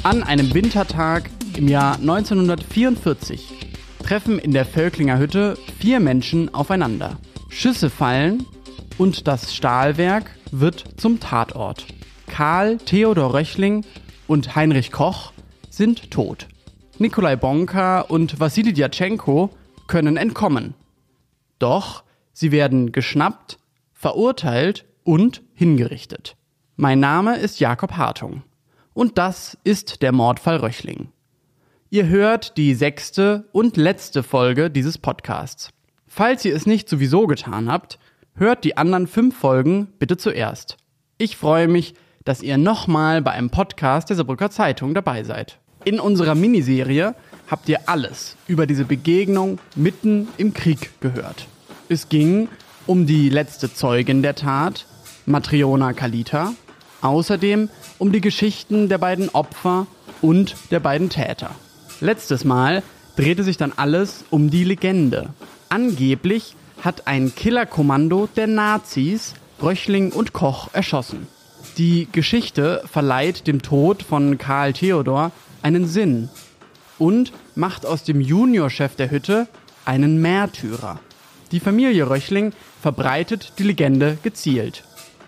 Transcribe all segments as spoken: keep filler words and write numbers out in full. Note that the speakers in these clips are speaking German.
An einem Wintertag im Jahr neunzehnhundertvierundvierzig treffen in der Völklinger Hütte vier Menschen aufeinander. Schüsse fallen und das Stahlwerk wird zum Tatort. Karl Theodor Röchling und Heinrich Koch sind tot. Nikolai Bonka und Wassili Djatschenko können entkommen. Doch sie werden geschnappt, verurteilt und hingerichtet. Mein Name ist Jakob Hartung und das ist der Mordfall Röchling. Ihr hört die sechste und letzte Folge dieses Podcasts. Falls ihr es nicht sowieso getan habt, hört die anderen fünf Folgen bitte zuerst. Ich freue mich, dass ihr nochmal bei einem Podcast der Saarbrücker Zeitung dabei seid. In unserer Miniserie habt ihr alles über diese Begegnung mitten im Krieg gehört. Es ging um die letzte Zeugin der Tat, Matriona Kalita, außerdem um die Geschichten der beiden Opfer und der beiden Täter. Letztes Mal drehte sich dann alles um die Legende. Angeblich hat ein Killerkommando der Nazis Röchling und Koch erschossen. Die Geschichte verleiht dem Tod von Karl Theodor einen Sinn und macht aus dem Juniorchef der Hütte einen Märtyrer. Die Familie Röchling verbreitet die Legende gezielt.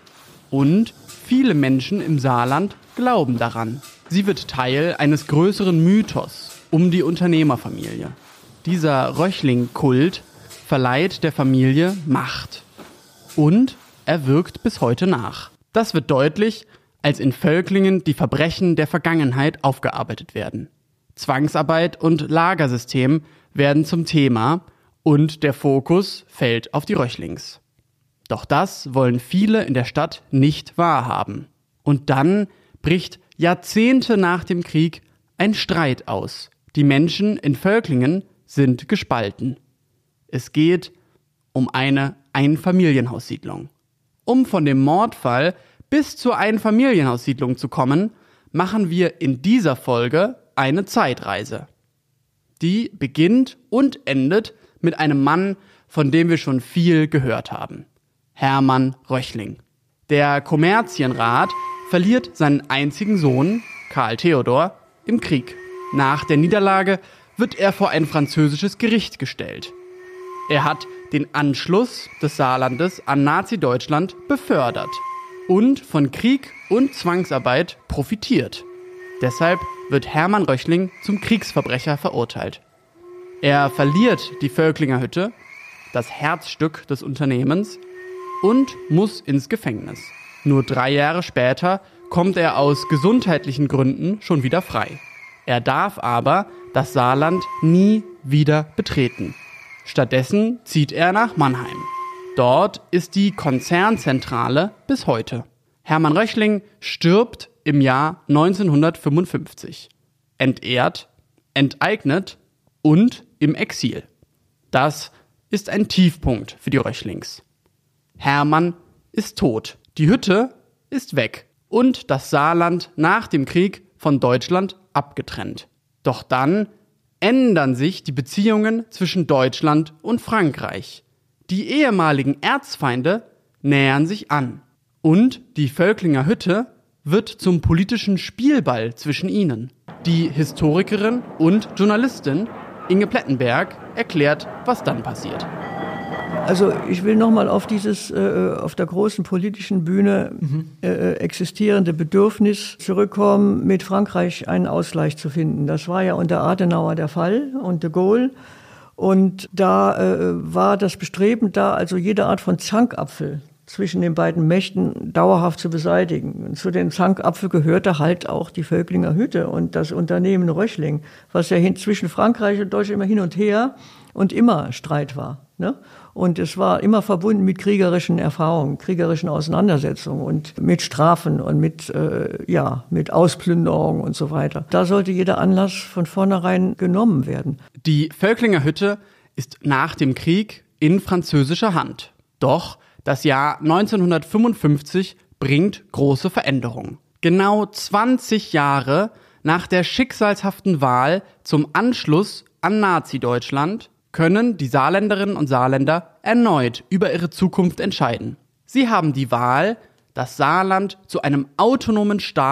Und viele Menschen im Saarland glauben daran. Sie wird Teil eines größeren Mythos um die Unternehmerfamilie. Dieser Röchling-Kult verleiht der Familie Macht. Und er wirkt bis heute nach. Das wird deutlich, als in Völklingen die Verbrechen der Vergangenheit aufgearbeitet werden. Zwangsarbeit und Lagersystem werden zum Thema und der Fokus fällt auf die Röchlings. Doch das wollen viele in der Stadt nicht wahrhaben. Und dann bricht Jahrzehnte nach dem Krieg ein Streit aus. Die Menschen in Völklingen sind gespalten. Es geht um eine Einfamilienhaussiedlung. Um von dem Mordfall bis zur Einfamilienhaussiedlung zu kommen, machen wir in dieser Folge eine Zeitreise. Die beginnt und endet mit einem Mann, von dem wir schon viel gehört haben. Hermann Röchling. Der Kommerzienrat verliert seinen einzigen Sohn, Karl Theodor, im Krieg. Nach der Niederlage wird er vor ein französisches Gericht gestellt. Er hat den Anschluss des Saarlandes an Nazi-Deutschland befördert und von Krieg und Zwangsarbeit profitiert. Deshalb wird Hermann Röchling zum Kriegsverbrecher verurteilt. Er verliert die Völklinger Hütte, das Herzstück des Unternehmens, und muss ins Gefängnis. Nur drei Jahre später kommt er aus gesundheitlichen Gründen schon wieder frei. Er darf aber das Saarland nie wieder betreten. Stattdessen zieht er nach Mannheim. Dort ist die Konzernzentrale bis heute. Hermann Röchling stirbt im Jahr neunzehnhundertfünfundfünfzig. Entehrt, enteignet und im Exil. Das ist ein Tiefpunkt für die Röchlings. Hermann ist tot, die Hütte ist weg und das Saarland nach dem Krieg von Deutschland abgetrennt. Doch dann ändern sich die Beziehungen zwischen Deutschland und Frankreich. Die ehemaligen Erzfeinde nähern sich an. Und die Völklinger Hütte wird zum politischen Spielball zwischen ihnen. Die Historikerin und Journalistin Inge Plettenberg erklärt, was dann passiert. Also ich will nochmal auf dieses äh, auf der großen politischen Bühne mhm. äh, existierende Bedürfnis zurückkommen, mit Frankreich einen Ausgleich zu finden. Das war ja unter Adenauer der Fall und de Gaulle. Und da äh, war das Bestreben da, also jede Art von Zankapfel zwischen den beiden Mächten dauerhaft zu beseitigen. Und zu dem Zankapfel gehörte halt auch die Völklinger Hütte und das Unternehmen Röchling, was ja hin, zwischen Frankreich und Deutschland immer hin und her und immer Streit war. Ne? Und es war immer verbunden mit kriegerischen Erfahrungen, kriegerischen Auseinandersetzungen und mit Strafen und mit, äh, ja, mit Ausplünderungen und so weiter. Da sollte jeder Anlass von vornherein genommen werden. Die Völklinger Hütte ist nach dem Krieg in französischer Hand. Doch das Jahr neunzehnhundertfünfundfünfzig bringt große Veränderungen. Genau zwanzig Jahre nach der schicksalshaften Wahl zum Anschluss an Nazi-Deutschland können die Saarländerinnen und Saarländer erneut über ihre Zukunft entscheiden. Sie haben die Wahl, das Saarland zu einem autonomen Staat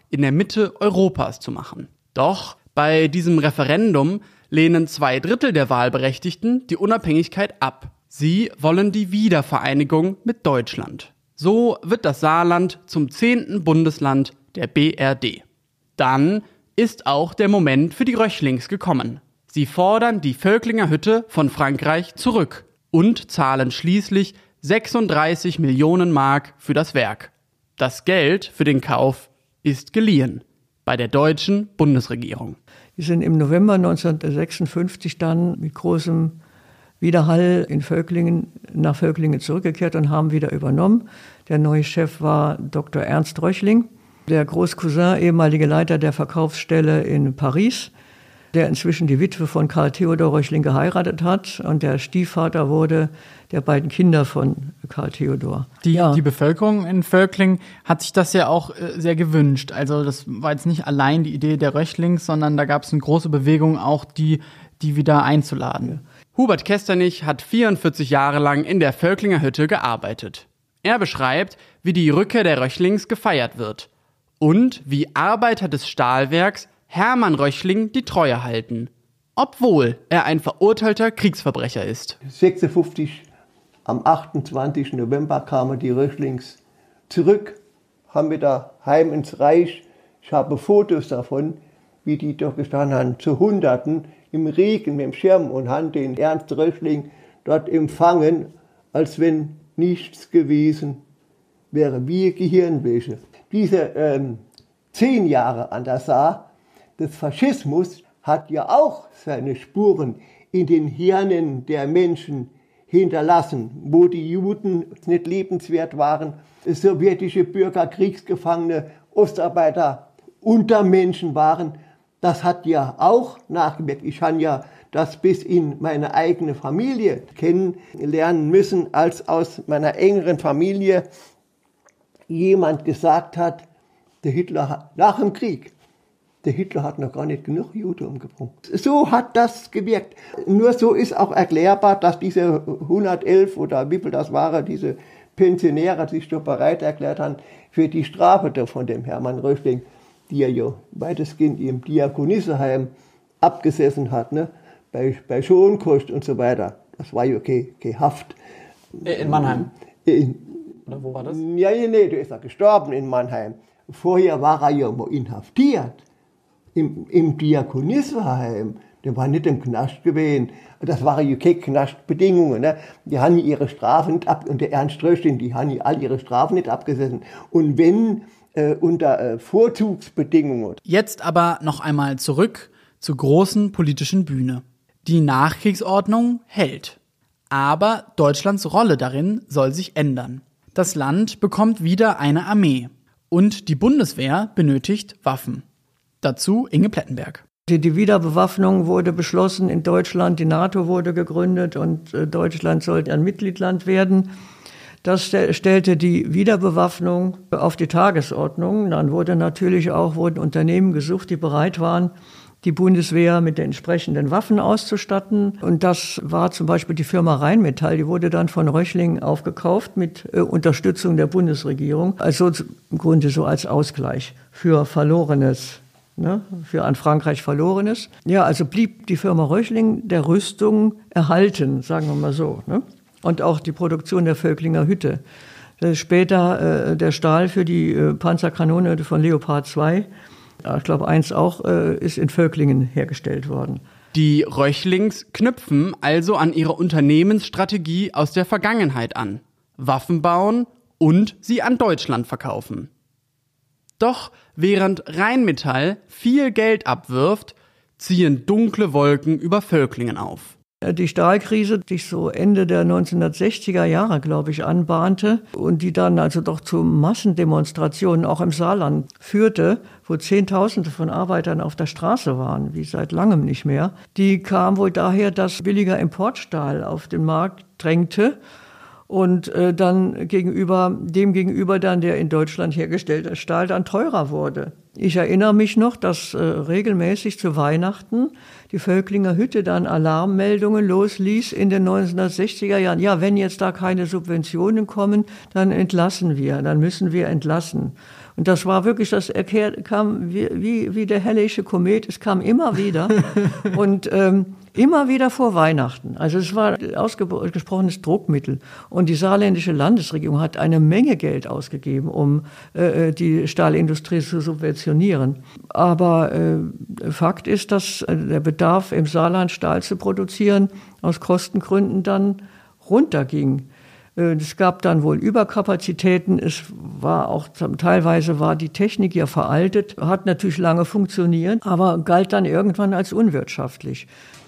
in der Mitte Europas zu machen. Doch bei diesem Referendum lehnen zwei Drittel der Wahlberechtigten die Unabhängigkeit ab. Sie wollen die Wiedervereinigung mit Deutschland. So wird das Saarland zum zehnten Bundesland der B R D. Dann ist auch der Moment für die Röchlings gekommen. Sie fordern die Völklinger Hütte von Frankreich zurück und zahlen schließlich sechsunddreißig Millionen Mark für das Werk. Das Geld für den Kauf ist geliehen bei der deutschen Bundesregierung. Die sind im November neunzehnhundertsechsundfünfzig dann mit großem Widerhall in Völklingen, nach Völklingen zurückgekehrt und haben wieder übernommen. Der neue Chef war Doktor Ernst Röchling, der Großcousin, ehemalige Leiter der Verkaufsstelle in Paris, der inzwischen die Witwe von Karl Theodor Röchling geheiratet hat. Und der Stiefvater wurde der beiden Kinder von Karl Theodor. Die, ja. die Bevölkerung in Völklingen hat sich das ja auch äh, sehr gewünscht. Also das war jetzt nicht allein die Idee der Röchlings, sondern da gab es eine große Bewegung, auch die, die wieder einzuladen. Ja. Hubert Kesternich hat vierundvierzig Jahre lang in der Völklinger Hütte gearbeitet. Er beschreibt, wie die Rückkehr der Röchlings gefeiert wird und wie Arbeiter des Stahlwerks Hermann Röchling die Treue halten, obwohl er ein verurteilter Kriegsverbrecher ist. sechsundfünfzig, am achtundzwanzigsten November kamen die Röchlings zurück, haben wieder heim ins Reich. Ich habe Fotos davon, wie die dort gestanden haben, zu Hunderten im Regen mit dem Schirm und haben den Ernst Röchling dort empfangen, als wenn nichts gewesen wäre, wie Gehirnwäsche. Diese ähm, zehn Jahre an der Saar des Faschismus hat ja auch seine Spuren in den Hirnen der Menschen hinterlassen, wo die Juden nicht lebenswert waren, sowjetische Bürger, Kriegsgefangene, Ostarbeiter, Untermenschen waren. Das hat ja auch nachgewirkt. Ich habe ja das bis in meine eigene Familie kennenlernen müssen, als aus meiner engeren Familie jemand gesagt hat, der Hitler hat, nach dem Krieg, der Hitler hat noch gar nicht genug Juden umgebracht. So hat das gewirkt. Nur so ist auch erklärbar, dass diese hundertelf oder wie viel das waren, diese Pensionäre sich doch bereit erklärt haben für die Strafe von dem Hermann Röchling, die er ja weitestgehend im Diakonisseheim abgesessen hat, ne? bei, bei Schonkost und so weiter. Das war ja keine, keine Haft. In Mannheim? In, Oder wo war das? Ja, nee, der ist ja gestorben in Mannheim. Vorher war er ja mal inhaftiert. Im, im Diakonisseheim. Der war nicht im Knast gewesen. Das waren ja keine Knastbedingungen. Ne? Die haben ihre Strafen nicht ab, und der Ernst Röchling, die haben all ihre Strafen nicht abgesessen. Und wenn äh, unter äh, Vorzugsbedingungen. Jetzt aber noch einmal zurück zur großen politischen Bühne. Die Nachkriegsordnung hält. Aber Deutschlands Rolle darin soll sich ändern. Das Land bekommt wieder eine Armee. Und die Bundeswehr benötigt Waffen. Dazu Inge Plettenberg. Die, die Wiederbewaffnung wurde beschlossen in Deutschland, die NATO wurde gegründet und äh, Deutschland sollte ein Mitgliedsland werden. Das st- stellte die Wiederbewaffnung auf die Tagesordnung. Dann wurde natürlich auch wurden Unternehmen gesucht, die bereit waren, die Bundeswehr mit den entsprechenden Waffen auszustatten. Und das war zum Beispiel die Firma Rheinmetall, die wurde dann von Röchling aufgekauft mit äh, Unterstützung der Bundesregierung. Also im Grunde so als Ausgleich für Verlorenes. Ne, für an Frankreich Verlorenes. Ja, also blieb die Firma Röchling der Rüstung erhalten, sagen wir mal so. Ne? Und auch die Produktion der Völklinger Hütte. Später äh, der Stahl für die äh, Panzerkanone von Leopard zwei, ich glaube eins auch, äh, ist in Völklingen hergestellt worden. Die Röchlings knüpfen also an ihre Unternehmensstrategie aus der Vergangenheit an. Waffen bauen und sie an Deutschland verkaufen. Doch während Rheinmetall viel Geld abwirft, ziehen dunkle Wolken über Völklingen auf. Die Stahlkrise, die sich so Ende der neunzehnhundertsechziger Jahre, glaube ich, anbahnte und die dann also doch zu Massendemonstrationen auch im Saarland führte, wo Zehntausende von Arbeitern auf der Straße waren, wie seit langem nicht mehr, die kam wohl daher, dass billiger Importstahl auf den Markt drängte und äh, dann gegenüber, dem gegenüber dann der in Deutschland hergestellte Stahl dann teurer wurde. Ich erinnere mich noch, dass äh, regelmäßig zu Weihnachten die Völklinger Hütte dann Alarmmeldungen losließ in den neunzehnhundertsechziger Jahren. Ja, wenn jetzt da keine Subventionen kommen, dann entlassen wir, dann müssen wir entlassen. Und das war wirklich, das kam wie, wie, wie der hellische Komet, es kam immer wieder und ähm, immer wieder vor Weihnachten. Also es war ein ausgesprochenes Druckmittel. Und die saarländische Landesregierung hat eine Menge Geld ausgegeben, um äh, die Stahlindustrie zu subventionieren. Aber äh, Fakt ist, dass äh, der Bedarf im Saarland Stahl zu produzieren aus Kostengründen dann runterging. Es gab dann wohl Überkapazitäten, es war auch teilweise war die Technik ja veraltet, hat natürlich lange funktioniert, aber galt dann irgendwann als unwirtschaftlich.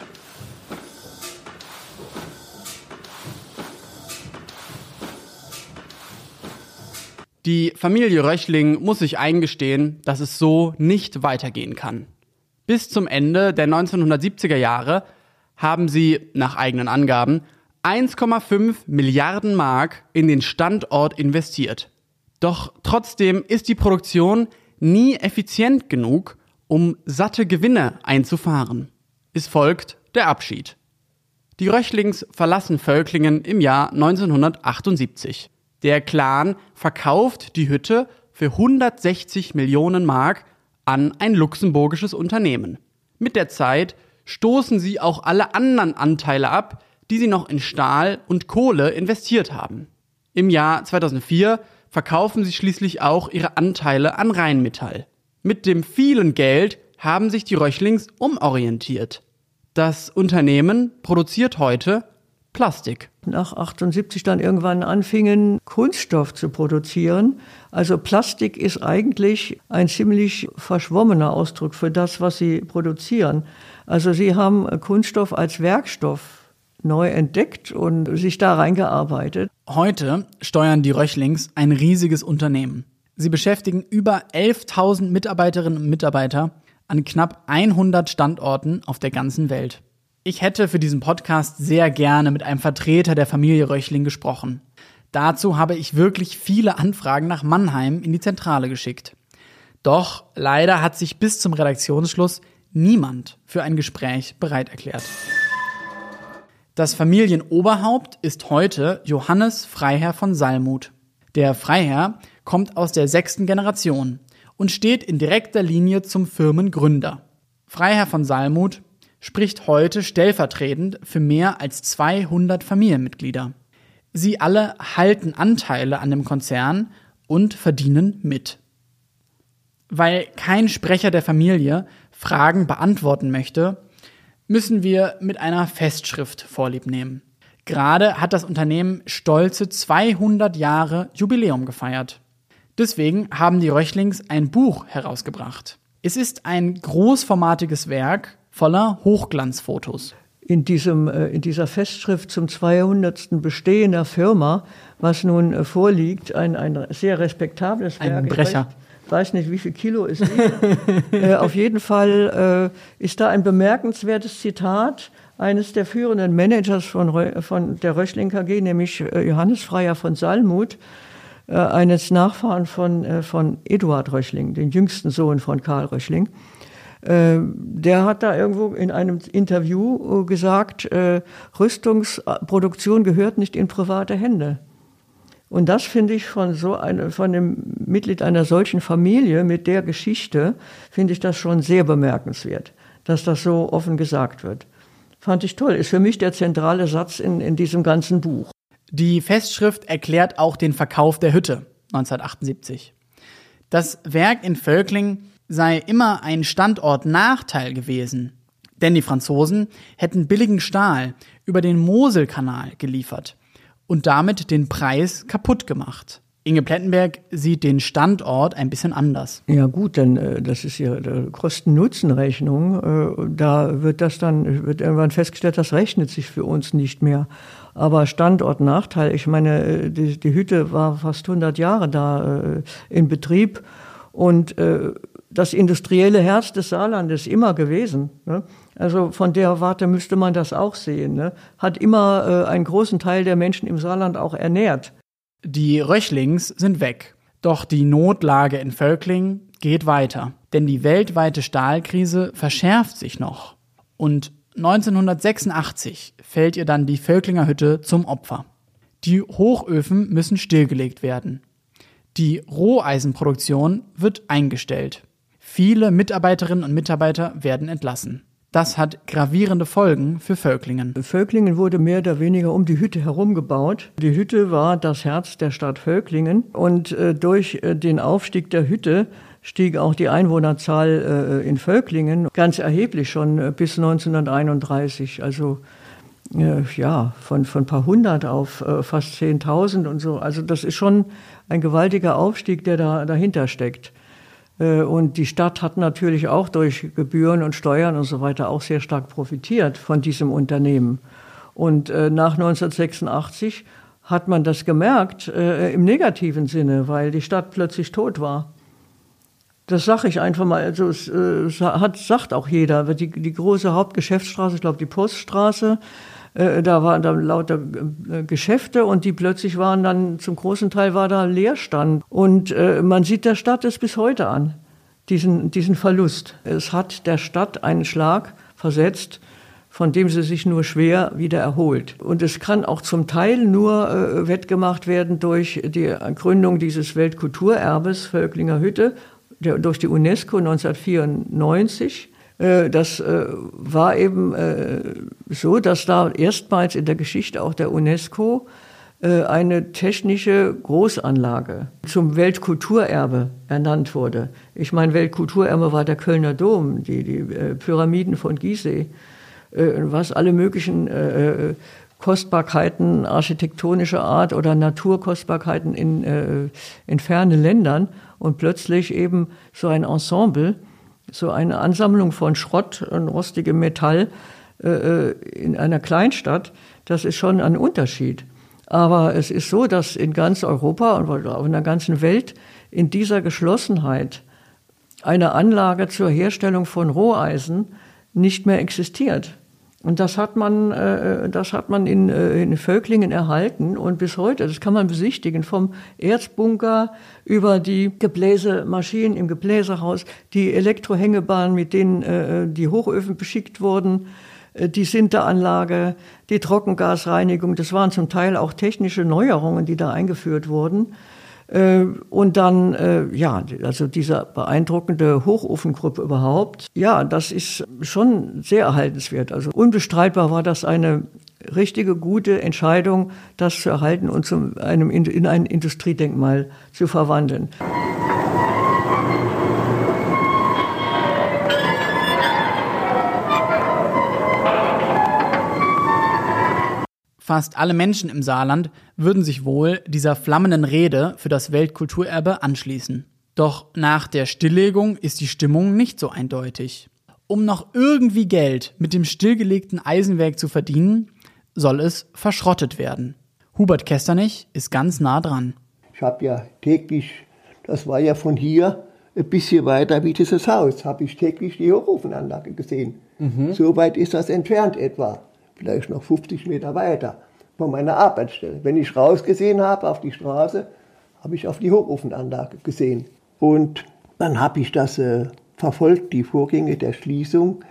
Die Familie Röchling muss sich eingestehen, dass es so nicht weitergehen kann. Bis zum Ende der neunzehnhundertsiebziger Jahre haben sie, nach eigenen Angaben, eins Komma fünf Milliarden Mark in den Standort investiert. Doch trotzdem ist die Produktion nie effizient genug, um satte Gewinne einzufahren. Es folgt der Abschied. Die Röchlings verlassen Völklingen im Jahr neunzehnhundertachtundsiebzig. Der Clan verkauft die Hütte für hundertsechzig Millionen Mark an ein luxemburgisches Unternehmen. Mit der Zeit stoßen sie auch alle anderen Anteile ab, die sie noch in Stahl und Kohle investiert haben. Im Jahr zweitausendvier verkaufen sie schließlich auch ihre Anteile an Rheinmetall. Mit dem vielen Geld haben sich die Röchlings umorientiert. Das Unternehmen produziert heute Plastik. Nach achtundsiebzig dann irgendwann anfingen, Kunststoff zu produzieren. Also Plastik ist eigentlich ein ziemlich verschwommener Ausdruck für das, was sie produzieren. Also sie haben Kunststoff als Werkstoff neu entdeckt und sich da reingearbeitet. Heute steuern die Röchlings ein riesiges Unternehmen. Sie beschäftigen über elftausend Mitarbeiterinnen und Mitarbeiter an knapp hundert Standorten auf der ganzen Welt. Ich hätte für diesen Podcast sehr gerne mit einem Vertreter der Familie Röchling gesprochen. Dazu habe ich wirklich viele Anfragen nach Mannheim in die Zentrale geschickt. Doch leider hat sich bis zum Redaktionsschluss niemand für ein Gespräch bereit erklärt. Das Familienoberhaupt ist heute Johannes Freiherr von Salmuth. Der Freiherr kommt aus der sechsten Generation und steht in direkter Linie zum Firmengründer. Freiherr von Salmuth spricht heute stellvertretend für mehr als zweihundert Familienmitglieder. Sie alle halten Anteile an dem Konzern und verdienen mit. Weil kein Sprecher der Familie Fragen beantworten möchte, müssen wir mit einer Festschrift Vorlieb nehmen. Gerade hat das Unternehmen stolze zweihundert Jahre Jubiläum gefeiert. Deswegen haben die Röchlings ein Buch herausgebracht. Es ist ein großformatiges Werk voller Hochglanzfotos. In, diesem, in dieser Festschrift zum zweihundertsten Bestehen der Firma, was nun vorliegt, ein, ein sehr respektables Werk. Ein Brecher. Ich weiß nicht, wie viel Kilo es wiegt. äh, auf jeden Fall äh, ist da ein bemerkenswertes Zitat eines der führenden Managers von, von der Röchling K G, nämlich äh, Johannes Freiherr von Salmuth, äh, eines Nachfahren von, äh, von Eduard Röchling, dem jüngsten Sohn von Karl Röchling. Äh, der hat da irgendwo in einem Interview gesagt, äh, Rüstungsproduktion gehört nicht in private Hände. Und das finde ich von so eine, von einem Mitglied einer solchen Familie mit der Geschichte, finde ich das schon sehr bemerkenswert, dass das so offen gesagt wird. Fand ich toll. Ist für mich der zentrale Satz in, in diesem ganzen Buch. Die Festschrift erklärt auch den Verkauf der Hütte neunzehnhundertachtundsiebzig. Das Werk in Völkling sei immer ein Standortnachteil gewesen, denn die Franzosen hätten billigen Stahl über den Moselkanal geliefert und damit den Preis kaputt gemacht. Inge Plettenberg sieht den Standort ein bisschen anders. Ja gut, denn äh, das ist ja äh, Kosten-Nutzen-Rechnung. Äh, da wird das dann, wird irgendwann festgestellt, das rechnet sich für uns nicht mehr. Aber Standortnachteil, ich meine, äh, die, die Hütte war fast hundert Jahre da äh, in Betrieb und äh, das industrielle Herz des Saarlandes immer gewesen. Ne? Also von der Warte müsste man das auch sehen. Ne? Hat immer äh, einen großen Teil der Menschen im Saarland auch ernährt. Die Röchlings sind weg. Doch die Notlage in Völkling geht weiter. Denn die weltweite Stahlkrise verschärft sich noch. Und neunzehnhundertsechsundachtzig fällt ihr dann die Völklinger Hütte zum Opfer. Die Hochöfen müssen stillgelegt werden. Die Roheisenproduktion wird eingestellt. Viele Mitarbeiterinnen und Mitarbeiter werden entlassen. Das hat gravierende Folgen für Völklingen. Völklingen wurde mehr oder weniger um die Hütte herum gebaut. Die Hütte war das Herz der Stadt Völklingen und äh, durch äh, den Aufstieg der Hütte stieg auch die Einwohnerzahl äh, in Völklingen ganz erheblich schon äh, bis neunzehnhunderteinunddreißig. Also äh, ja, von, von ein paar hundert auf äh, fast zehntausend und so. Also das ist schon ein gewaltiger Aufstieg, der da dahinter steckt. Und die Stadt hat natürlich auch durch Gebühren und Steuern und so weiter auch sehr stark profitiert von diesem Unternehmen. Und äh, nach neunzehnhundertsechsundachtzig hat man das gemerkt, äh, im negativen Sinne, weil die Stadt plötzlich tot war. Das sage ich einfach mal, also es äh, hat, sagt auch jeder. Die, die große Hauptgeschäftsstraße, ich glaube die Poststraße, äh, da waren da lauter äh, Geschäfte und die plötzlich waren dann, zum großen Teil war da Leerstand. Und äh, man sieht der Stadt es bis heute an, diesen, diesen Verlust. Es hat der Stadt einen Schlag versetzt, von dem sie sich nur schwer wieder erholt. Und es kann auch zum Teil nur äh, wettgemacht werden durch die Gründung dieses Weltkulturerbes Völklinger Hütte, der, durch die UNESCO neunzehnhundertvierundneunzig. Das äh, war eben äh, so, dass da erstmals in der Geschichte auch der UNESCO äh, eine technische Großanlage zum Weltkulturerbe ernannt wurde. Ich meine, Weltkulturerbe war der Kölner Dom, die, die äh, Pyramiden von Gizeh, äh, was alle möglichen äh, Kostbarkeiten architektonischer Art oder Naturkostbarkeiten in, äh, in fernen Ländern und plötzlich eben so ein Ensemble, so eine Ansammlung von Schrott und rostigem Metall äh, in einer Kleinstadt, das ist schon ein Unterschied. Aber es ist so, dass in ganz Europa und auch in der ganzen Welt in dieser Geschlossenheit eine Anlage zur Herstellung von Roheisen nicht mehr existiert. Und das hat man, äh, das hat man in, äh, in Völklingen erhalten und bis heute, das kann man besichtigen, vom Erzbunker über die Gebläsemaschinen im Gebläsehaus, die Elektrohängebahnen, mit denen äh, die Hochöfen beschickt wurden, äh, die Sinteranlage, die Trockengasreinigung, das waren zum Teil auch technische Neuerungen, die da eingeführt wurden. Und dann, äh, ja, also diese beeindruckende Hochofengruppe überhaupt, ja, das ist schon sehr erhaltenswert. Also unbestreitbar war das eine richtige, gute Entscheidung, das zu erhalten und zu einem, in ein Industriedenkmal zu verwandeln. Fast alle Menschen im Saarland würden sich wohl dieser flammenden Rede für das Weltkulturerbe anschließen. Doch nach der Stilllegung ist die Stimmung nicht so eindeutig. Um noch irgendwie Geld mit dem stillgelegten Eisenwerk zu verdienen, soll es verschrottet werden. Hubert Kesternich ist ganz nah dran. Ich habe ja täglich, das war ja von hier ein bisschen weiter wie dieses Haus, habe ich täglich die Hochofenanlage gesehen. Mhm. So weit ist das entfernt etwa. Vielleicht noch fünfzig Meter weiter von meiner Arbeitsstelle. Wenn ich rausgesehen habe auf die Straße, habe ich auf die Hochofenanlage gesehen. Und dann habe ich das äh, verfolgt, die Vorgänge der Schließung.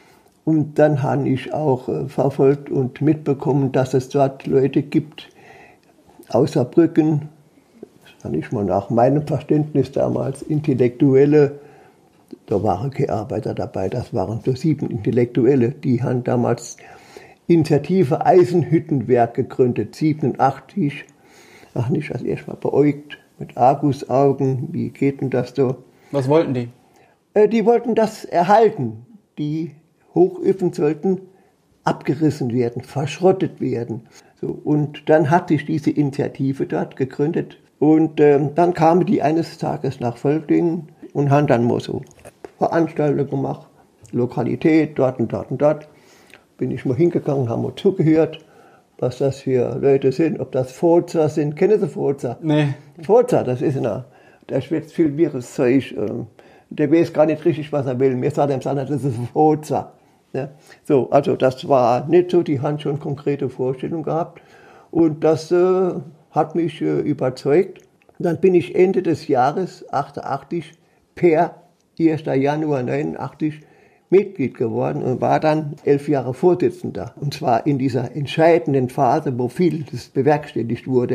Und dann habe ich auch äh, verfolgt und mitbekommen, dass es dort Leute gibt, aus Saarbrücken, das fand ich mal nach meinem Verständnis damals, Intellektuelle, da waren keine Arbeiter dabei, das waren so sieben Intellektuelle, die haben damals Initiative Eisenhüttenwerk gegründet, siebenundachtzig. Ach, nicht das erste Mal beäugt, mit Argusaugen, wie geht denn das so? Was wollten die? Äh, die wollten das erhalten. Die Hochöfen sollten abgerissen werden, verschrottet werden. So, und dann hat sich diese Initiative dort gegründet. Und ähm, dann kamen die eines Tages nach Völklingen und haben dann mal so Veranstaltungen gemacht, Lokalität, dort und dort und dort. Bin ich mal hingegangen, haben mal zugehört, was das für Leute sind, ob das Forza sind. Kennen Sie Forza? Nee. Forza, das ist einer, der schwitzt viel wirres Zeug. Der weiß gar nicht richtig, was er will. Mir sagt er im Saarland, das ist Forza. Ja? So, also das war nicht so, die haben schon konkrete Vorstellungen gehabt. Und das äh, hat mich äh, überzeugt. Dann bin ich Ende des Jahres achtundachtzig per erster Januar neunundachtzig Mitglied geworden und war dann elf Jahre Vorsitzender. Und zwar in dieser entscheidenden Phase, wo vieles bewerkstelligt wurde.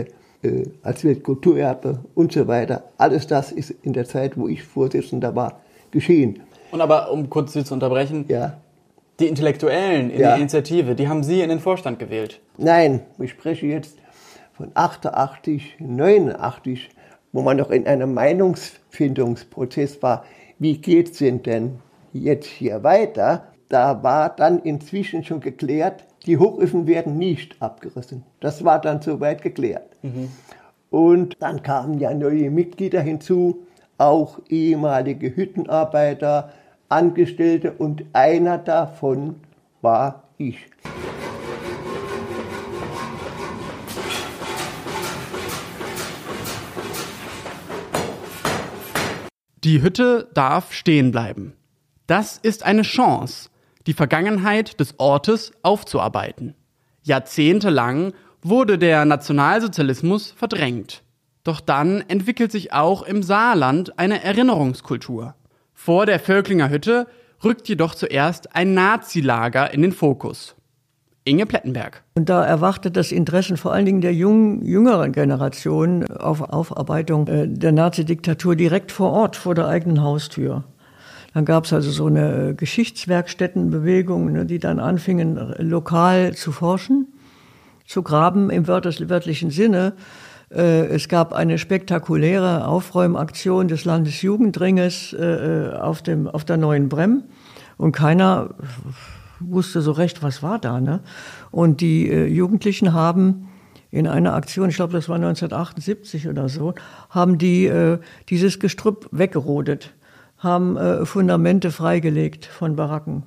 äh, als Weltkulturerbe und so weiter. Alles das ist in der Zeit, wo ich Vorsitzender war, geschehen. Und aber, um kurz Sie zu unterbrechen, Ja. die Intellektuellen in Ja. der Initiative, die haben Sie in den Vorstand gewählt. Nein, ich spreche jetzt von achtundachtzig, neunundachtzig, wo man noch in einem Meinungsfindungsprozess war. Wie geht's denn denn jetzt hier weiter? Da war dann inzwischen schon geklärt, die Hochöfen werden nicht abgerissen. Das war dann soweit geklärt. Mhm. Und dann kamen ja neue Mitglieder hinzu, auch ehemalige Hüttenarbeiter, Angestellte, und einer davon war ich. Die Hütte darf stehen bleiben. Das ist eine Chance, die Vergangenheit des Ortes aufzuarbeiten. Jahrzehntelang wurde der Nationalsozialismus verdrängt. Doch dann entwickelt sich auch im Saarland eine Erinnerungskultur. Vor der Völklinger Hütte rückt jedoch zuerst ein Nazilager in den Fokus. Inge Plettenberg. Und da erwachte das Interesse vor allen Dingen der jungen, jüngeren Generation auf Aufarbeitung äh, der Nazidiktatur direkt vor Ort, vor der eigenen Haustür. Dann gab es also so eine Geschichtswerkstättenbewegung, ne, die dann anfingen, lokal zu forschen, zu graben im wörtlichen Sinne. Äh, es gab eine spektakuläre Aufräumaktion des Landesjugendringes äh, auf, dem, auf der Neuen Brem. Und keiner wusste so recht, was war da, ne? Und die äh, Jugendlichen haben in einer Aktion, ich glaube, das war neunzehnhundertachtundsiebzig oder so, haben die äh, dieses Gestrüpp weggerodet, haben äh, Fundamente freigelegt von Baracken.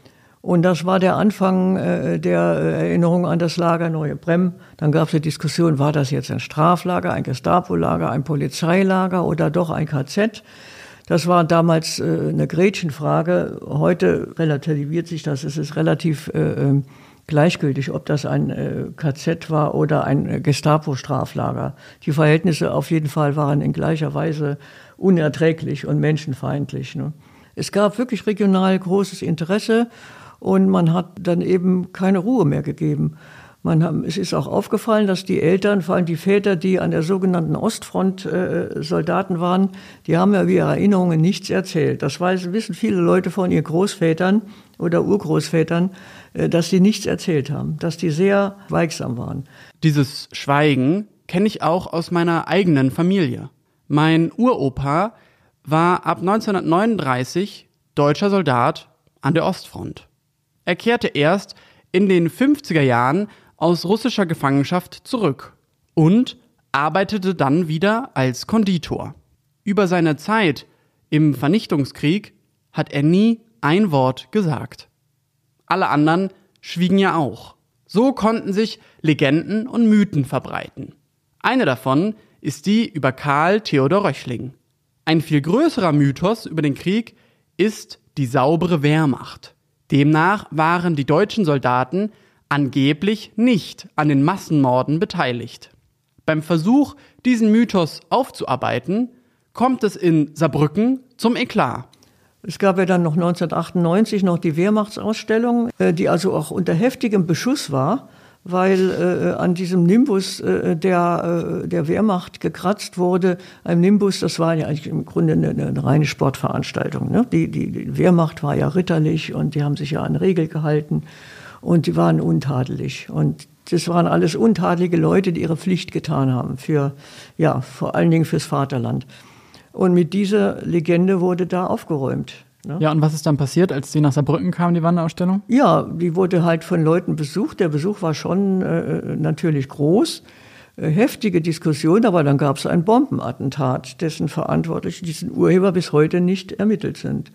Und das war der Anfang äh, der Erinnerung an das Lager Neue Brem. Dann gab es eine Diskussion, war das jetzt ein Straflager, ein Gestapo-Lager, ein Polizeilager oder doch ein K Z? Das war damals äh, eine Gretchenfrage. Heute relativiert sich das. Es ist relativ äh, gleichgültig, ob das ein äh, K Z war oder ein äh, Gestapo-Straflager. Die Verhältnisse auf jeden Fall waren in gleicher Weise unerträglich und menschenfeindlich, ne? Es gab wirklich regional großes Interesse und man hat dann eben keine Ruhe mehr gegeben. Man haben, es ist auch aufgefallen, dass die Eltern, vor allem die Väter, die an der sogenannten Ostfront äh, Soldaten waren, die haben ja wie ihre Erinnerungen nichts erzählt. Das weiß, wissen viele Leute von ihren Großvätern oder Urgroßvätern, äh, dass sie nichts erzählt haben, dass die sehr schweigsam waren. Dieses Schweigen kenne ich auch aus meiner eigenen Familie. Mein Uropa war ab neunzehnhundertneununddreißig deutscher Soldat an der Ostfront. Er kehrte erst in den fünfziger Jahren aus russischer Gefangenschaft zurück und arbeitete dann wieder als Konditor. Über seine Zeit im Vernichtungskrieg hat er nie ein Wort gesagt. Alle anderen schwiegen ja auch. So konnten sich Legenden und Mythen verbreiten. Eine davon ist die über Karl Theodor Röchling. Ein viel größerer Mythos über den Krieg ist die saubere Wehrmacht. Demnach waren die deutschen Soldaten angeblich nicht an den Massenmorden beteiligt. Beim Versuch, diesen Mythos aufzuarbeiten, kommt es in Saarbrücken zum Eklat. Es gab ja dann noch neunzehnhundertachtundneunzig noch die Wehrmachtsausstellung, die also auch unter heftigem Beschuss war, weil äh, an diesem Nimbus äh, der, äh, der Wehrmacht gekratzt wurde. Ein Nimbus, das war ja eigentlich im Grunde eine, eine reine Sportveranstaltung, ne? Die, die, die Wehrmacht war ja ritterlich und die haben sich ja an Regeln gehalten und die waren untadelig. Und das waren alles untadelige Leute, die ihre Pflicht getan haben, für, ja, vor allen Dingen fürs Vaterland. Und mit dieser Legende wurde da aufgeräumt. Ne? Ja, und was ist dann passiert, als die nach Saarbrücken kamen, die Wanderausstellung? Ja, die wurde halt von Leuten besucht. Der Besuch war schon äh, natürlich groß, äh, heftige Diskussion, aber dann gab es ein Bombenattentat, dessen Verantwortliche, dessen Urheber bis heute nicht ermittelt sind.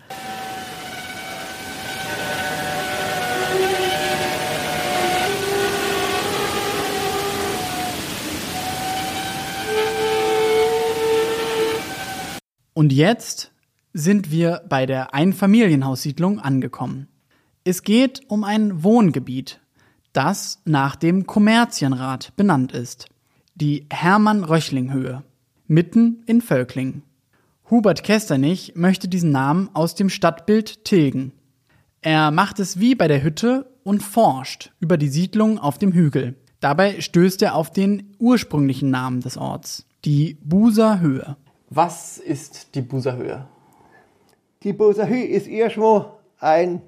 Und jetzt sind wir bei der Einfamilienhaussiedlung angekommen. Es geht um ein Wohngebiet, das nach dem Kommerzienrat benannt ist. Die Hermann-Röchling-Höhe, mitten in Völkling. Hubert Kesternich möchte diesen Namen aus dem Stadtbild tilgen. Er macht es wie bei der Hütte und forscht über die Siedlung auf dem Hügel. Dabei stößt er auf den ursprünglichen Namen des Orts, die Buser Höhe. Was ist die Buser Höhe? Die Buser Höhe ist erstmal ein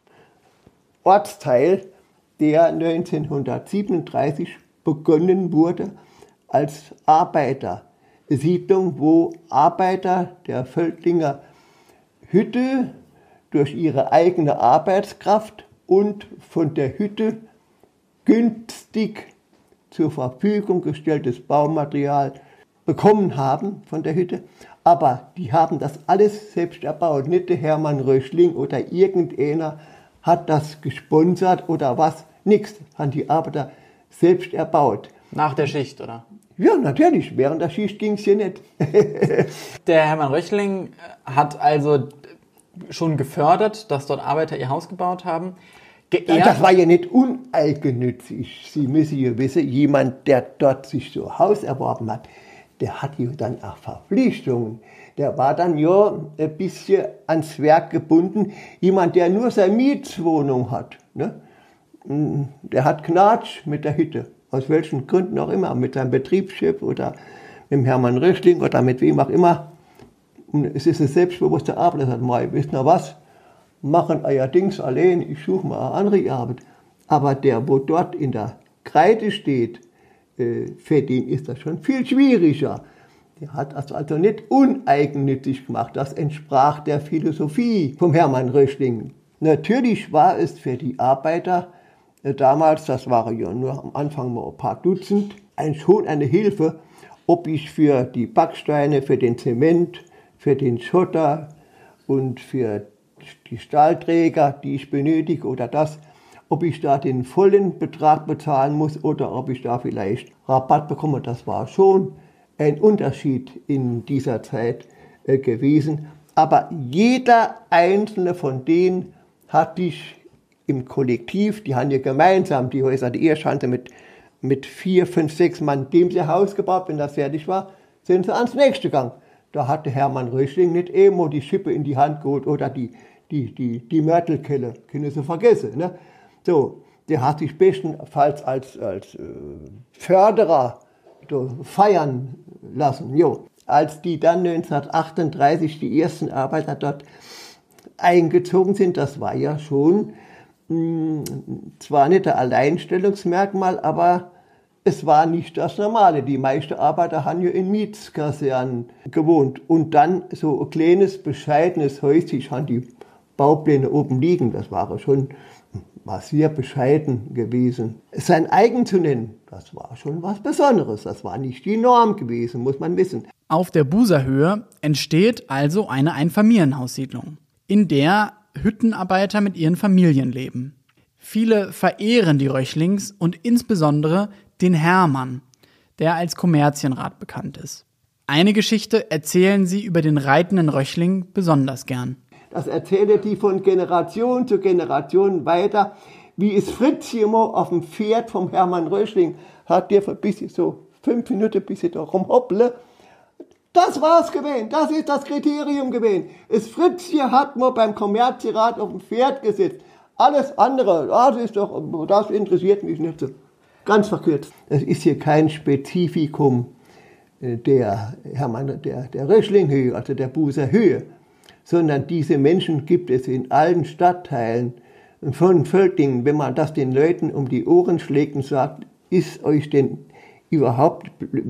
Ortsteil, der neunzehnhundertsiebenunddreißig begonnen wurde als Arbeitersiedlung, wo Arbeiter der Völklinger Hütte durch ihre eigene Arbeitskraft und von der Hütte günstig zur Verfügung gestelltes Baumaterial bekommen haben von der Hütte. Aber die haben das alles selbst erbaut. Nicht der Hermann Röchling oder irgendeiner hat das gesponsert oder was. Nichts haben die Arbeiter selbst erbaut. Nach der Schicht, oder? Ja, natürlich. Während der Schicht ging es hier nicht. Der Hermann Röchling hat also schon gefördert, dass dort Arbeiter ihr Haus gebaut haben. Geehrt. Das war ja nicht uneigennützig. Sie müssen ja wissen, jemand, der dort sich so ein Haus erworben hat, der hat ja dann auch Verpflichtungen. Der war dann ja ein bisschen ans Werk gebunden. Jemand, der nur seine Mietswohnung hat, ne? Der hat Knatsch mit der Hütte. Aus welchen Gründen auch immer. Mit seinem Betriebschef oder mit dem Hermann Röchling oder mit wem auch immer. Und es ist eine selbstbewusste Arbeit. Er sagt, Mai, wisst ihr was? Machen euer Dings allein. Ich suche mal eine andere Arbeit. Aber der, wo dort in der Kreide steht, für den ist das schon viel schwieriger. Der hat das also nicht uneigennützig gemacht. Das entsprach der Philosophie vom Hermann Röchling. Natürlich war es für die Arbeiter damals, das waren ja nur am Anfang mal ein paar Dutzend, ein, schon eine Hilfe, ob ich für die Backsteine, für den Zement, für den Schotter und für die Stahlträger, die ich benötige oder das, ob ich da den vollen Betrag bezahlen muss oder ob ich da vielleicht Rabatt bekomme. Das war schon ein Unterschied in dieser Zeit äh, gewesen. Aber jeder einzelne von denen hat sich im Kollektiv, die haben ja gemeinsam die Häuser, die Ehrschanze mit, mit vier, fünf, sechs Mann, dem sie Haus gebaut, wenn das fertig war, sind sie ans nächste gegangen. Da hatte Hermann Röchling nicht immer die Schippe in die Hand geholt oder die, die, die, die Mörtelkelle, können Sie vergessen. Ne? So, der hat sich bestenfalls als, als äh, Förderer so, feiern lassen. Jo. Als die dann neunzehnhundertachtunddreißig die ersten Arbeiter dort eingezogen sind, das war ja schon mh, zwar nicht ein Alleinstellungsmerkmal, aber es war nicht das Normale. Die meisten Arbeiter haben ja in Mietskasernen gewohnt. Und dann so ein kleines, bescheidenes Häuschen, ich habe die Baupläne oben liegen, das war schon war sehr bescheiden gewesen. Sein eigen zu nennen, das war schon was Besonderes. Das war nicht die Norm gewesen, muss man wissen. Auf der Buser Höhe entsteht also eine Einfamilienhaussiedlung, in der Hüttenarbeiter mit ihren Familien leben. Viele verehren die Röchlings und insbesondere den Hermann, der als Kommerzienrat bekannt ist. Eine Geschichte erzählen sie über den reitenden Röchling besonders gern. Das erzählte die von Generation zu Generation weiter, wie es Fritz hier mal auf dem Pferd vom Hermann Röchling hat, der für bis so fünf Minuten bis da rumhopple. Das war's gewesen, das ist das Kriterium gewesen. Es Fritz hier hat mal beim Kommerzienrat auf dem Pferd gesetzt. Alles andere, das ist doch, das interessiert mich nicht so. Ganz verkürzt. Es ist hier kein Spezifikum der Hermann, der, der Röchlinghöhe, also der Buser Höhe, sondern diese Menschen gibt es in allen Stadtteilen von Völklingen. Wenn man das den Leuten um die Ohren schlägt und sagt, ist euch denn überhaupt,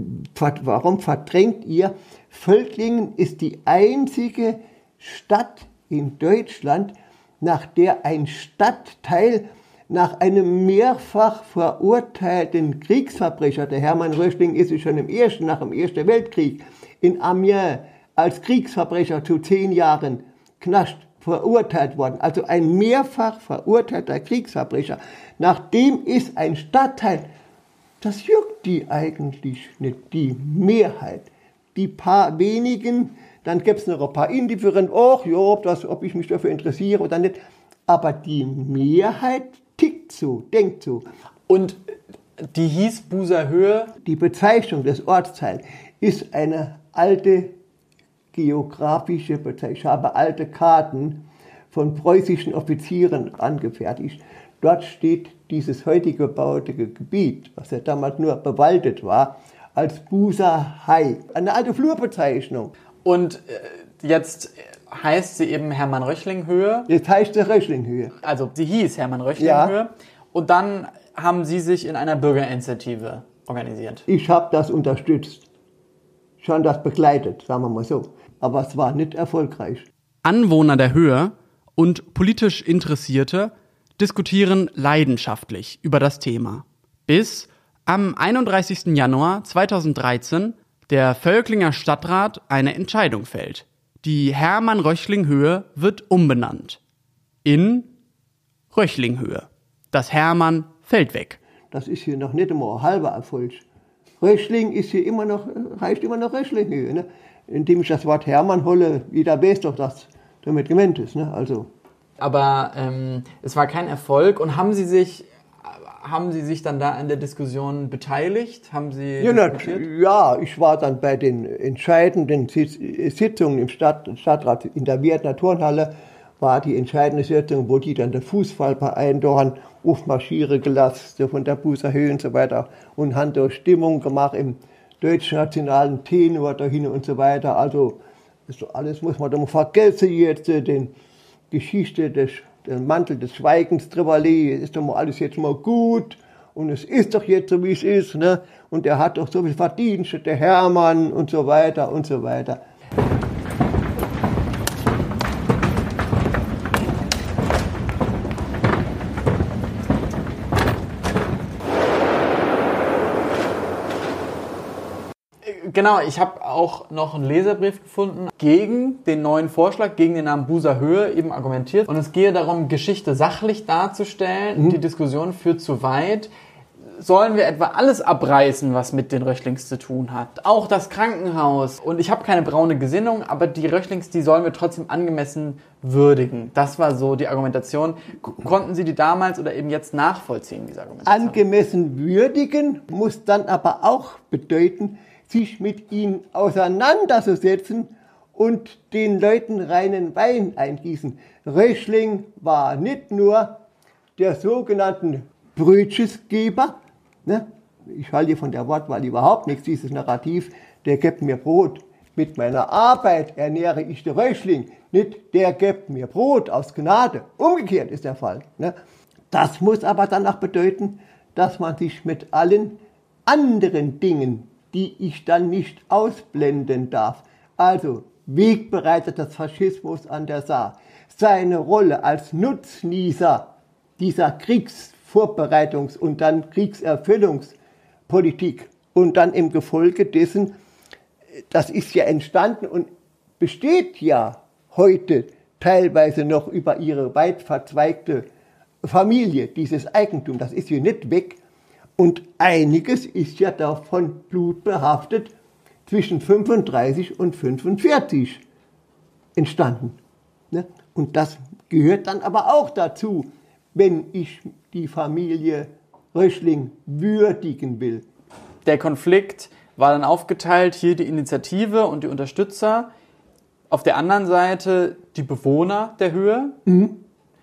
warum verdrängt ihr? Völklingen ist die einzige Stadt in Deutschland, nach der ein Stadtteil nach einem mehrfach verurteilten Kriegsverbrecher, der Hermann Röchling ist schon im ersten, nach dem Ersten Weltkrieg, in Amiens als Kriegsverbrecher zu zehn Jahren Knast verurteilt worden. Also ein mehrfach verurteilter Kriegsverbrecher. Nach dem ist ein Stadtteil, das juckt die eigentlich nicht, die Mehrheit. Die paar wenigen, dann gibt es noch ein paar Indifferent, ach ja, ob, das, ob ich mich dafür interessiere oder nicht. Aber die Mehrheit tickt so, denkt so. Und die hieß Buser Höhe? Die Bezeichnung des Ortsteils ist eine alte geografische Bezeichnung. Ich habe alte Karten von preußischen Offizieren angefertigt. Dort steht dieses heutige gebaute Gebiet, was ja damals nur bewaldet war, als Buser Hai. Eine alte Flurbezeichnung. Und äh, jetzt heißt sie eben Hermann-Röchling-Höhe. Jetzt heißt sie Röchling-Höhe. Also sie hieß Hermann-Röchling-Höhe. Ja. Und dann haben Sie sich in einer Bürgerinitiative organisiert. Ich habe das unterstützt. Schon das begleitet, sagen wir mal so. Aber es war nicht erfolgreich. Anwohner der Höhe und politisch Interessierte diskutieren leidenschaftlich über das Thema. Bis am einunddreißigsten Januar zweitausenddreizehn der Völklinger Stadtrat eine Entscheidung fällt. Die Hermann-Röchling-Höhe wird umbenannt in Röchling-Höhe. Das Hermann fällt weg. Das ist hier noch nicht einmal ein halber Erfolg. Röchling ist hier immer noch, heißt immer noch Röchlinghöhe. Ne? Indem ich das Wort Hermann hole, jeder weiß doch, dass damit gemeint ist. Ne? Also. Aber ähm, es war kein Erfolg. Und haben Sie sich, haben Sie sich dann da an der Diskussion beteiligt? Haben Sie Ja, na, diskutiert? ja, ich war dann bei den entscheidenden Sitzungen im Stadt, Stadtrat in der Wiener Turnhalle, war die entscheidende Sitzung, wo die dann den Fußballverein da aufmarschieren gelassen, von der Buser Höhe und so weiter, und haben da Stimmung gemacht im deutschen nationalen Tenor dahin und so weiter. Also das alles muss man da mal vergessen jetzt, den Geschichte des den Mantel des Schweigens drüber legen, ist doch mal alles jetzt mal gut und es ist doch jetzt so, wie es ist, ne? Und der hat doch so viel Verdienste, der Hermann und so weiter und so weiter. Genau, ich habe auch noch einen Leserbrief gefunden gegen den neuen Vorschlag, gegen den Namen Buser Höhe eben argumentiert. Und es gehe darum, Geschichte sachlich darzustellen. Mhm. Die Diskussion führt zu weit. Sollen wir etwa alles abreißen, was mit den Röchlings zu tun hat? Auch das Krankenhaus. Und ich habe keine braune Gesinnung, aber die Röchlings, die sollen wir trotzdem angemessen würdigen. Das war so die Argumentation. K- konnten Sie die damals oder eben jetzt nachvollziehen, diese Argumentation? Angemessen würdigen muss dann aber auch bedeuten, sich mit ihnen auseinanderzusetzen und den Leuten reinen Wein eingießen. Röchling war nicht nur der sogenannte Brötchesgeber, ne? Ich halte hier von der Wortwahl überhaupt nichts, dieses Narrativ, der gibt mir Brot. Mit meiner Arbeit ernähre ich den Röchling, nicht der gibt mir Brot aus Gnade. Umgekehrt ist der Fall. Ne? Das muss aber dann auch bedeuten, dass man sich mit allen anderen Dingen, die ich dann nicht ausblenden darf. Also Wegbereiter des Faschismus an der Saar, seine Rolle als Nutznießer dieser Kriegsvorbereitungs- und dann Kriegserfüllungspolitik und dann im Gefolge dessen, das ist ja entstanden und besteht ja heute teilweise noch über ihre weit verzweigte Familie, dieses Eigentum, das ist hier nicht weg. Und einiges ist ja davon blutbehaftet zwischen fünfunddreißig und fünfundvierzig entstanden. Und das gehört dann aber auch dazu, wenn ich die Familie Röchling würdigen will. Der Konflikt war dann aufgeteilt, hier die Initiative und die Unterstützer, auf der anderen Seite die Bewohner der Höhe. Mhm.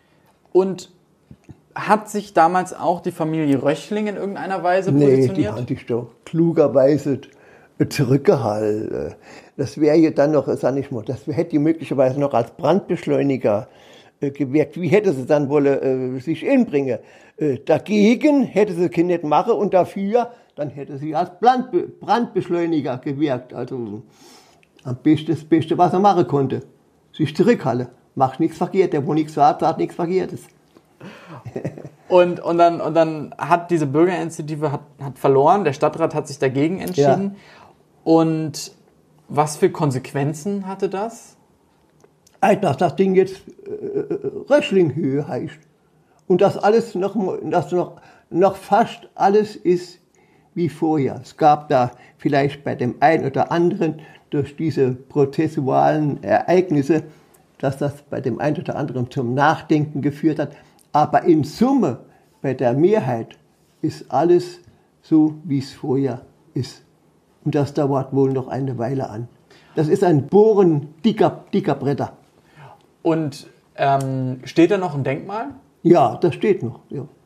Und hat sich damals auch die Familie Röchling in irgendeiner Weise positioniert? Nee, die haben sich doch klugerweise zurückgehalten. Das wäre ja dann noch, sag ich mal, das hätte möglicherweise noch als Brandbeschleuniger äh, gewirkt. Wie hätte sie dann wohl äh, sich inbringen? Äh, dagegen hätte sie es nicht machen und dafür, dann hätte sie als Brandbe- Brandbeschleuniger gewirkt. Also am besten das Beste, was er machen konnte. Sich zurückhalten. Macht nichts verkehrt. Der, wo nichts hat, sagt nichts Verkehrtes. Und, und, dann, und dann hat diese Bürgerinitiative hat, hat verloren, der Stadtrat hat sich dagegen entschieden. Ja. Und was für Konsequenzen hatte das? Dass das Ding jetzt äh, Röchlinghöhe heißt. Und dass alles noch, dass noch, noch fast alles ist wie vorher. Es gab da vielleicht bei dem einen oder anderen durch diese prozessualen Ereignisse, dass das bei dem einen oder anderen zum Nachdenken geführt hat. Aber in Summe, bei der Mehrheit, ist alles so, wie es vorher ist. Und das dauert wohl noch eine Weile an. Das ist ein Bohren dicker, dicker Bretter. Und ähm, steht da noch ein Denkmal? Ja, das steht noch. Ja.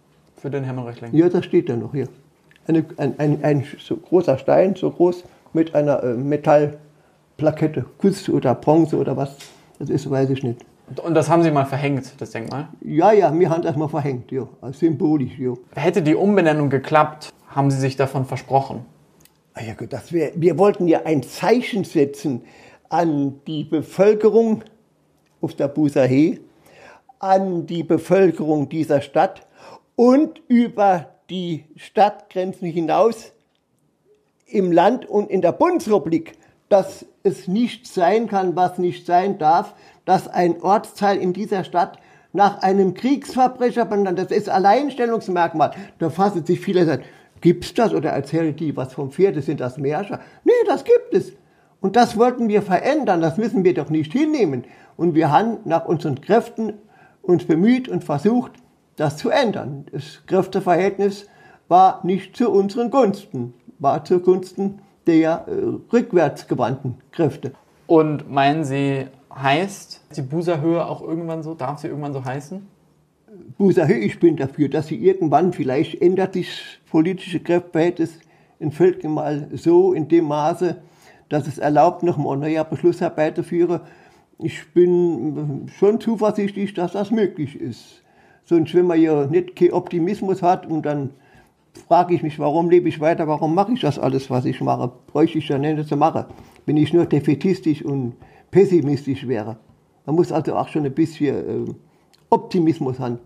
für den Hermann Röchling? Ja, das steht da noch hier. Eine, ein, ein, ein so großer Stein, so groß, mit einer äh, Metallplakette, Kunst oder Bronze oder was, das ist, weiß ich nicht. Und das haben Sie mal verhängt, das Denkmal? Ja, ja, wir haben das mal verhängt, ja, symbolisch, ja. Hätte die Umbenennung geklappt, haben Sie sich davon versprochen? Ah ja, gut, das wär, wir wollten ja ein Zeichen setzen an die Bevölkerung auf der Buser Heer, an die Bevölkerung dieser Stadt und über die Stadtgrenzen hinaus im Land und in der Bundesrepublik, dass es nicht sein kann, was nicht sein darf, dass ein Ortsteil in dieser Stadt nach einem Kriegsverbrecher benannt, das ist Alleinstellungsmerkmal. Da fassen sich viele und sagen, gibt's das oder erzählen die was vom Pferd, sind das Märscher? Nee, das gibt es. Und das wollten wir verändern, das müssen wir doch nicht hinnehmen. Und wir haben nach unseren Kräften uns bemüht und versucht, das zu ändern. Das Kräfteverhältnis war nicht zu unseren Gunsten, war zugunsten der äh, rückwärtsgewandten Kräfte. Und meinen Sie, heißt die Buser Höhe auch irgendwann so, darf sie irgendwann so heißen? Buser Höhe, ich bin dafür, dass sie irgendwann, vielleicht ändert sich das politische Kräfteverhältnis in Völklingen mal so in dem Maße, dass es erlaubt, noch mal neue Beschlussarbeit zu führen. Ich bin schon zuversichtlich, dass das möglich ist. Sonst, wenn man ja nicht keinen Optimismus hat und dann frage ich mich, warum lebe ich weiter, warum mache ich das alles, was ich mache? Bräuchte ich ja nicht zu machen, wenn ich nur defätistisch und pessimistisch wäre. Man muss also auch schon ein bisschen äh, Optimismus haben.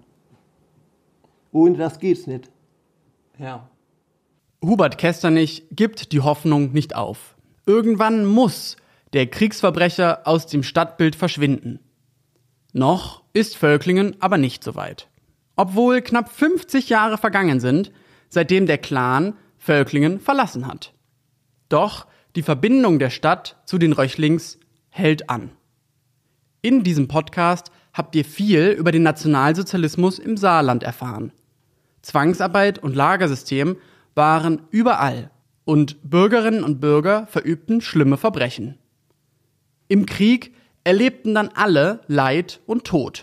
Ohne das geht's nicht. Ja. Hubert Kesternich gibt die Hoffnung nicht auf. Irgendwann muss der Kriegsverbrecher aus dem Stadtbild verschwinden. Noch ist Völklingen aber nicht so weit. Obwohl knapp fünfzig Jahre vergangen sind, seitdem der Clan Völklingen verlassen hat. Doch die Verbindung der Stadt zu den Röchlings hält an. In diesem Podcast habt ihr viel über den Nationalsozialismus im Saarland erfahren. Zwangsarbeit und Lagersystem waren überall und Bürgerinnen und Bürger verübten schlimme Verbrechen. Im Krieg erlebten dann alle Leid und Tod.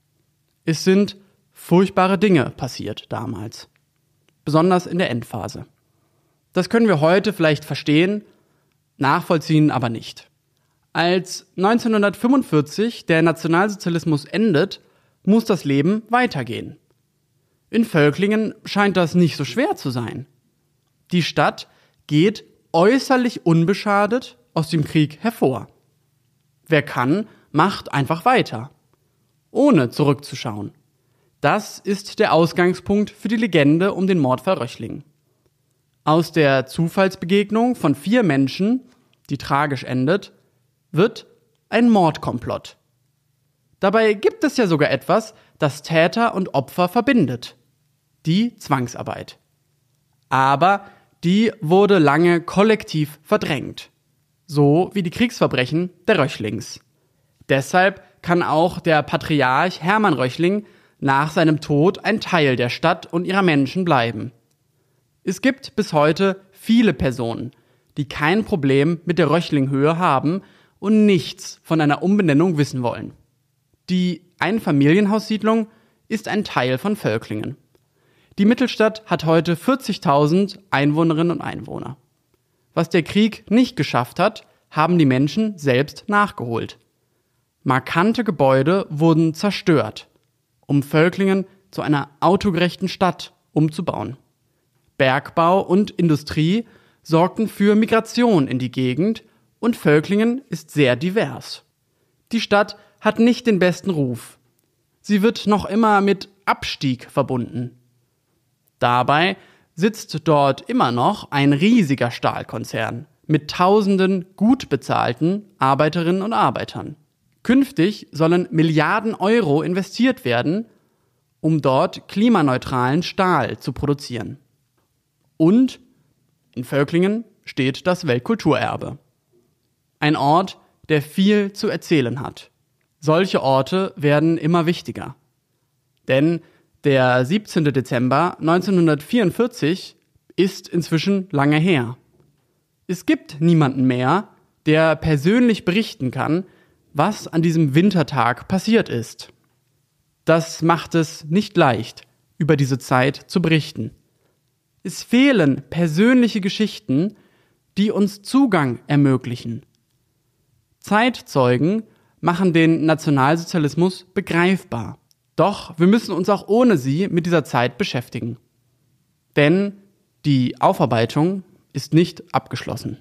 Es sind furchtbare Dinge passiert damals, besonders in der Endphase. Das können wir heute vielleicht verstehen, nachvollziehen aber nicht. Als neunzehnhundertfünfundvierzig der Nationalsozialismus endet, muss das Leben weitergehen. In Völklingen scheint das nicht so schwer zu sein. Die Stadt geht äußerlich unbeschadet aus dem Krieg hervor. Wer kann, macht einfach weiter, ohne zurückzuschauen. Das ist der Ausgangspunkt für die Legende um den Mordfall Röchling. Aus der Zufallsbegegnung von vier Menschen, die tragisch endet, wird ein Mordkomplott. Dabei gibt es ja sogar etwas, das Täter und Opfer verbindet: die Zwangsarbeit. Aber die wurde lange kollektiv verdrängt, so wie die Kriegsverbrechen der Röchlings. Deshalb kann auch der Patriarch Hermann Röchling nach seinem Tod ein Teil der Stadt und ihrer Menschen bleiben. Es gibt bis heute viele Personen, die kein Problem mit der Röchlinghöhe haben und nichts von einer Umbenennung wissen wollen. Die Einfamilienhaussiedlung ist ein Teil von Völklingen. Die Mittelstadt hat heute vierzigtausend Einwohnerinnen und Einwohner. Was der Krieg nicht geschafft hat, haben die Menschen selbst nachgeholt. Markante Gebäude wurden zerstört, um Völklingen zu einer autogerechten Stadt umzubauen. Bergbau und Industrie sorgten für Migration in die Gegend und Völklingen ist sehr divers. Die Stadt hat nicht den besten Ruf. Sie wird noch immer mit Abstieg verbunden. Dabei sitzt dort immer noch ein riesiger Stahlkonzern mit tausenden gut bezahlten Arbeiterinnen und Arbeitern. Künftig sollen Milliarden Euro investiert werden, um dort klimaneutralen Stahl zu produzieren. Und in Völklingen steht das Weltkulturerbe. Ein Ort, der viel zu erzählen hat. Solche Orte werden immer wichtiger. Denn der siebzehnten Dezember neunzehnhundertvierundvierzig ist inzwischen lange her. Es gibt niemanden mehr, der persönlich berichten kann, was an diesem Wintertag passiert ist. Das macht es nicht leicht, über diese Zeit zu berichten. Es fehlen persönliche Geschichten, die uns Zugang ermöglichen. Zeitzeugen machen den Nationalsozialismus begreifbar. Doch wir müssen uns auch ohne sie mit dieser Zeit beschäftigen. Denn die Aufarbeitung ist nicht abgeschlossen.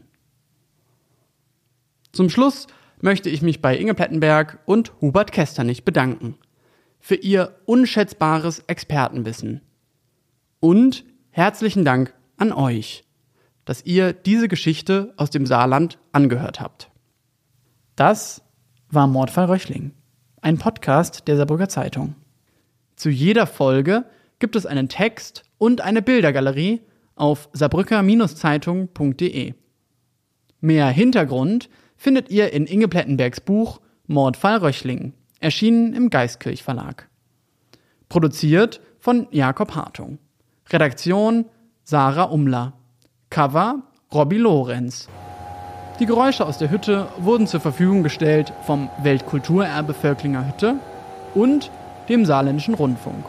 Zum Schluss möchte ich mich bei Inge Plettenberg und Hubert Kesternich bedanken für ihr unschätzbares Expertenwissen. Und herzlichen Dank an euch, dass ihr diese Geschichte aus dem Saarland angehört habt. Das war Mordfall Röchling, ein Podcast der Saarbrücker Zeitung. Zu jeder Folge gibt es einen Text und eine Bildergalerie auf saarbrücker Zeitung punkt de. Mehr Hintergrund findet ihr in Inge Plettenbergs Buch Mordfall Röchling, erschienen im Geistkirch Verlag. Produziert von Jakob Hartung. Redaktion Sarah Umler. Cover Robby Lorenz. Die Geräusche aus der Hütte wurden zur Verfügung gestellt vom Weltkulturerbe Völklinger Hütte und dem Saarländischen Rundfunk.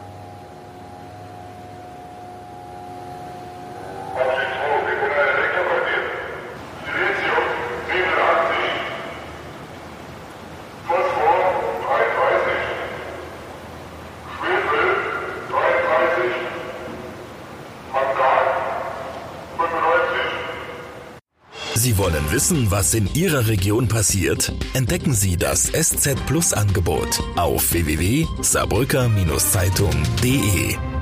Sie wollen wissen, was in Ihrer Region passiert? Entdecken Sie das S Z Plus Angebot auf w w w punkt saarbrücker Zeitung punkt de.